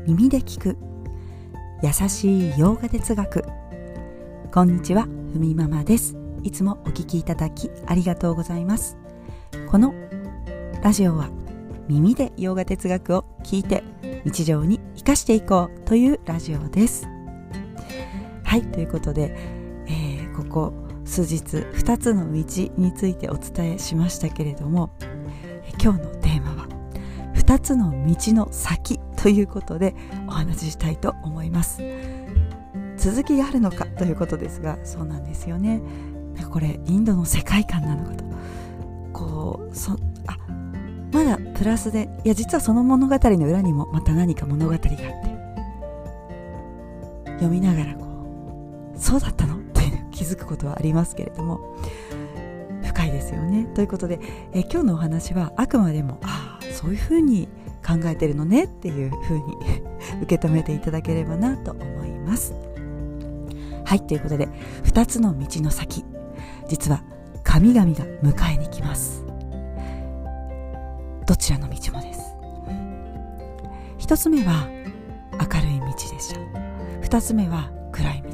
耳で聞く優しい洋画哲学。こんにちは、ふみママです。いつもお聞きいただきありがとうございます。このラジオは耳で洋画哲学を聞いて日常に生かしていこうというラジオです。はい、ということで、ここ数日2つの道についてお伝えしましたけれども、今日のテーマは2つの道の先ということでお話ししたいと思います。続きがあるのかということですが、そうなんですよね。これインドの世界観なのかとまだプラスで、実はその物語の裏にもまた何か物語があって、読みながらそうだったのって気づくことはありますけれども、深いですよね。ということで、今日のお話はあくまでもそういうふうに考えてるのねっていうふうに受け止めていただければなと思います。はい、ということで2つの道の先、実は神々が迎えに来ます。どちらの道もです。1つ目は明るい道でした。2つ目は暗い道。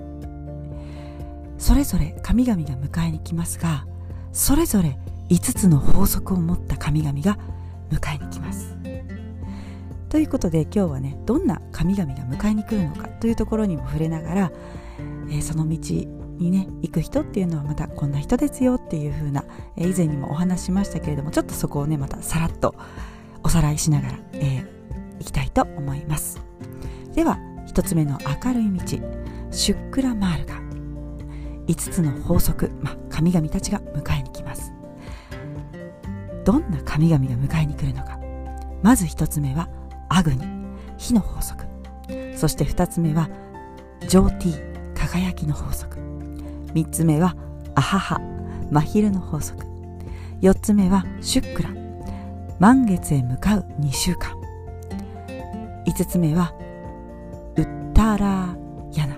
それぞれ神々が迎えに来ますが、それぞれ5つの法則を持った神々が迎えに来ます。ということで今日はね、どんな神々が迎えに来るのかというところにも触れながら、その道にね行く人っていうのはまたこんな人ですよっていう風な、以前にもお話しましたけれども、ちょっとそこをねまたさらっとおさらいしながら、いきたいと思います。では1つ目の明るい道、シュックラマールが5つの法則、神々たちが迎えに来ます。どんな神々が迎えに来るのか。まず1つ目はアグニ、火の法則。そして2つ目はジョーティー、輝きの法則。3つ目はアハハ、真昼の法則。4つ目はシュックラ、満月へ向かう2週間。5つ目はウッタラーヤナ、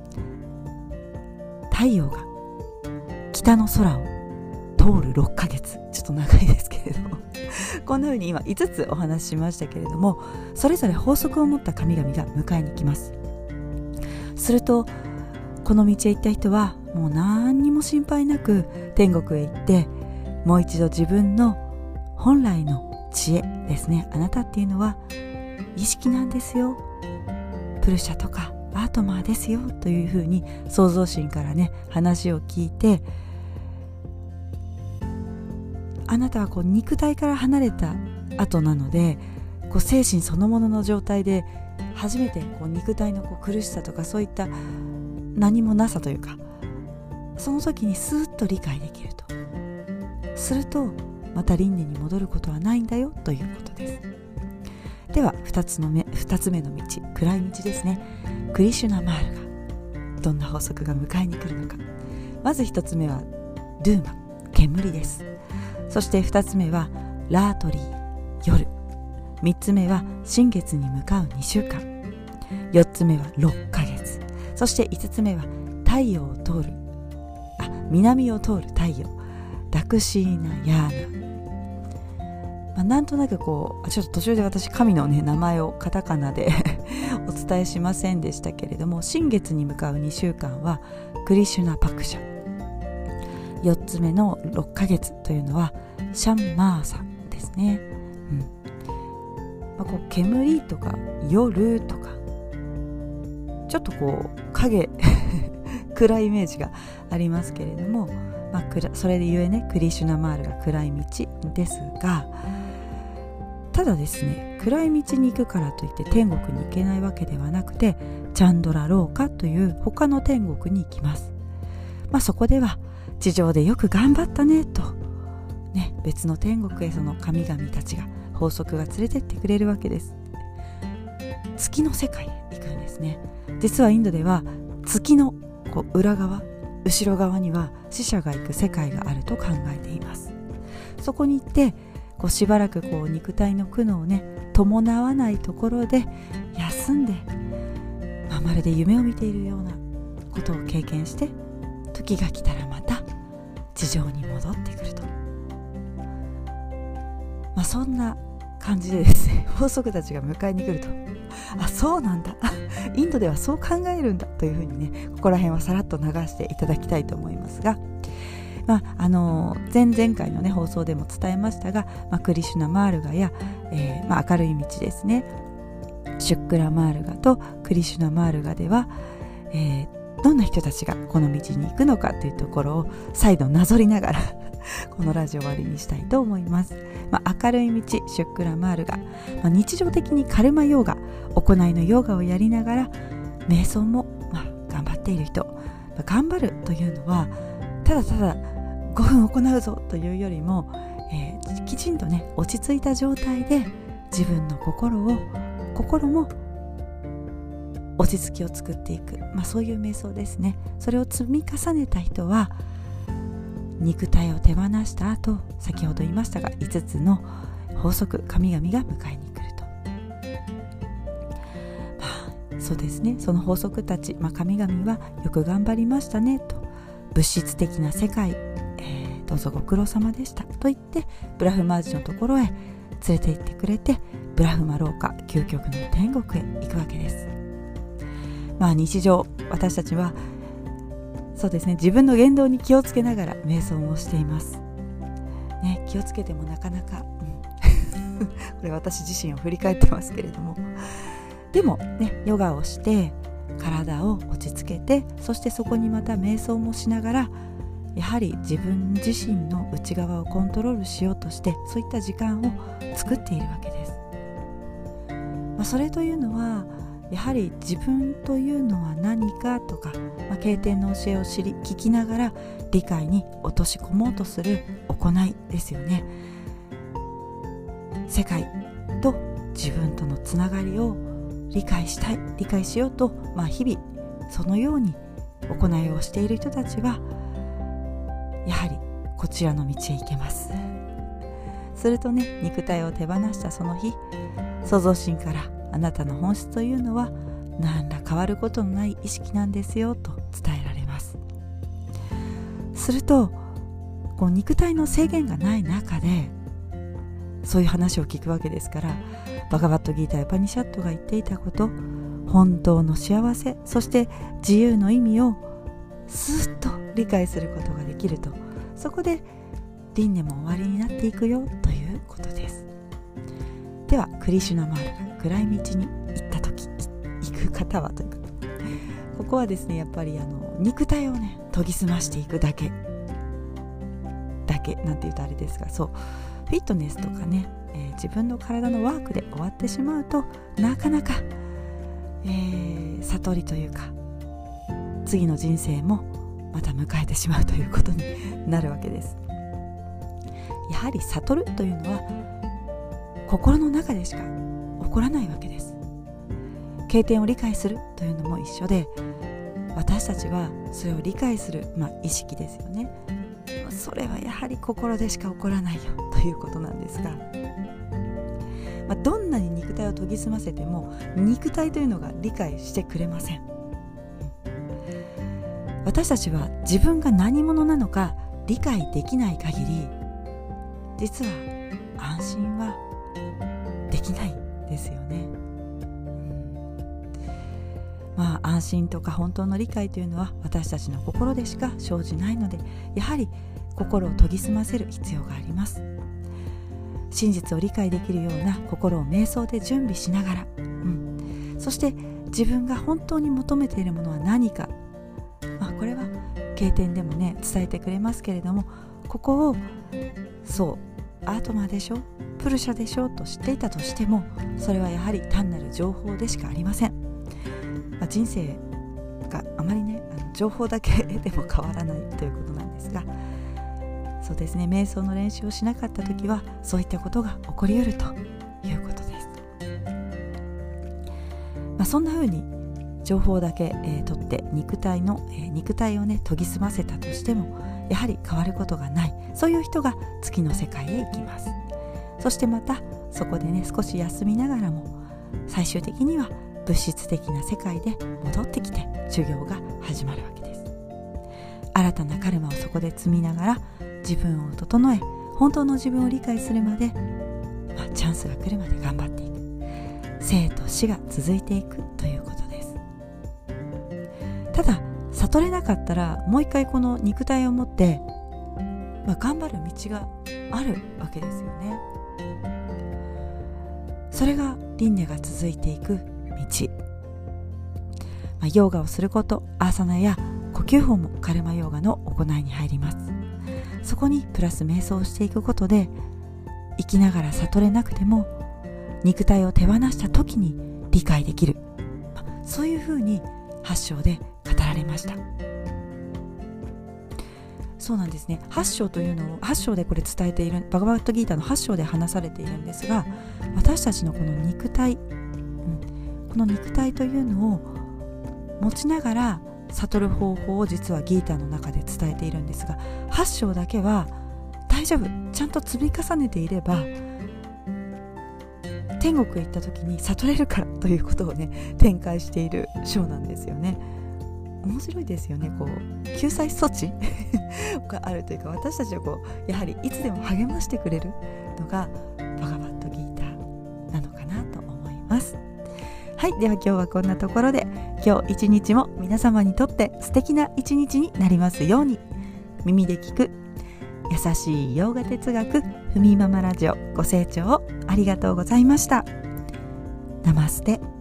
太陽が北の空を通る6ヶ月。ちょっと長いですけれどもこんな風に今5つお話ししましたけれども、それぞれ法則を持った神々が迎えに来ます。するとこの道へ行った人はもう何にも心配なく天国へ行って、もう一度自分の本来の知恵ですね、あなたっていうのは意識なんですよ、プルシャとかアートマーですよというふうに創造神からね話を聞いて、あなたは肉体から離れた後なので、精神そのものの状態で初めて肉体の苦しさとかそういった何もなさというか、その時にスーッと理解できるとすると、また輪廻に戻ることはないんだよということです。では2つ目の道、暗い道ですね。クリシュナマールがどんな法則が迎えに来るのか。まず1つ目はドゥーマ、煙です。そして2つ目はラートリー、夜。3つ目は新月に向かう2週間。4つ目は6ヶ月。そして5つ目は太陽を通る南を通る太陽、ダクシーナヤーナ。なんとなくちょっと途中で私神のね名前をカタカナでお伝えしませんでしたけれども、新月に向かう2週間はクリシュナパクシャ。4つ目の6ヶ月というのはシャンマーサですね。煙とか夜とかちょっと影暗いイメージがありますけれども、それでゆえねクリシュナマールが暗い道ですが、ただですね、暗い道に行くからといって天国に行けないわけではなくて、チャンドラローカという他の天国に行きます。そこでは地上でよく頑張ったねとね、別の天国へその神々たちが、法則が連れてってくれるわけです。月の世界へ行くんですね。実はインドでは月の裏側、後ろ側には死者が行く世界があると考えています。そこに行ってしばらく肉体の苦悩をね伴わないところで休んで、まるで夢を見ているようなことを経験して、時が来たらまた地上に戻ってくると、そんな感じでですね、法則たちが迎えに来るとそうなんだインドではそう考えるんだというふうにね、ここら辺はさらっと流していただきたいと思いますが、前々回のね放送でも伝えましたが、クリシュナマールガや、明るい道ですね、シュックラマールガとクリシュナマールガでは、どんな人たちがこの道に行くのかというところを再度なぞりながらこのラジオ終わりにしたいと思います。明るい道シュックラマールガ、日常的にカルマヨガ、行いのヨガをやりながら瞑想も、頑張っている人、頑張るというのはただただ5分行うぞというよりも、きちんとね落ち着いた状態で自分の心も落ち着きを作っていく、そういう瞑想ですね。それを積み重ねた人は肉体を手放した後、先ほど言いましたが5つの法則、神々が迎えに来ると、そうですね、その法則たち、神々はよく頑張りましたねと、物質的な世界、どうぞご苦労様でしたと言ってブラフマージのところへ連れて行ってくれて、ブラフマ廊下、究極の天国へ行くわけです。日常私たちはそうですね、自分の言動に気をつけながら瞑想をしています、気をつけてもなかなか、これ私自身を振り返ってますけれども、でもね、ヨガをして体を落ち着けて、そしてそこにまた瞑想もしながら、やはり自分自身の内側をコントロールしようとして、そういった時間を作っているわけです。それというのはやはり自分というのは何かとか、経典の教えを聞きながら理解に落とし込もうとする行いですよね。世界と自分とのつながりを理解しようと、日々そのように行いをしている人たちはやはりこちらの道へ行けます。するとね、肉体を手放したその日、創造神からあなたの本質というのは何ら変わることのない意識なんですよと伝えられます。すると肉体の制限がない中でそういう話を聞くわけですから、バガバットギータやパニシャットが言っていたこと、本当の幸せ、そして自由の意味をスーッと理解することができると、そこで輪廻も終わりになっていくよということです。ではクリシュナマールが暗い道に行った時、行く方はというか、ここはですね、やっぱり肉体をね研ぎ澄ましていくだけなんて言うとあれですが、そうフィットネスとかね、自分の体のワークで終わってしまうとなかなか、悟りというか次の人生もまた迎えてしまうということになるわけです。やはり悟るというのは心の中でしか起こらないわけです。経典を理解するというのも一緒で、私たちはそれを理解する、意識ですよね。それはやはり心でしか起こらないよということなんですが、どんなに肉体を研ぎ澄ませても肉体というのが理解してくれません。私たちは自分が何者なのか理解できない限り、実は安心はできないですよね。安心とか本当の理解というのは私たちの心でしか生じないので、やはり心を研ぎ澄ませる必要があります。真実を理解できるような心を瞑想で準備しながら、そして自分が本当に求めているものは何か、これは経典でもね伝えてくれますけれども、ここをアートマでしょ、プルシャでしょと知っていたとしても、それはやはり単なる情報でしかありません。人生があまりね情報だけでも変わらないということなんですが、そうですね、瞑想の練習をしなかった時はそういったことが起こり得るということです。そんな風に情報だけ、取って肉体をね研ぎ澄ませたとしてもやはり変わることがない、そういう人が月の世界へ行きます。そしてまたそこでね少し休みながらも最終的には物質的な世界で戻ってきて修行が始まるわけです。新たなカルマをそこで積みながら自分を整え、本当の自分を理解するまで、チャンスが来るまで頑張っていく。 生と死が続いていくということです。ただ悟れなかったらもう一回この肉体を持って、頑張る道があるわけですよね。それが輪廻が続いていく道、ヨガをすること、アーサナや呼吸法もカルマヨガの行いに入ります。そこにプラス瞑想をしていくことで、生きながら悟れなくても肉体を手放した時に理解できる、そういうふうに8章で語られました。そうなんですね。8章というのを8章でこれ伝えている、バガバットギータの8章で話されているんですが、私たちのこの肉体、この肉体というのを持ちながら悟る方法を実はギータの中で伝えているんですが、8章だけは大丈夫、ちゃんと積み重ねていれば天国へ行った時に悟れるからということをね、展開している章なんですよね。面白いですよね。こう救済措置があるというか、私たちをやはりいつでも励ましてくれるのがバガバットギータなのかなと思います。はい、では今日はこんなところで、今日一日も皆様にとって素敵な一日になりますように。耳で聞く優しいヨーガ哲学、ふみママラジオ、ご清聴ありがとうございました。ナマステ。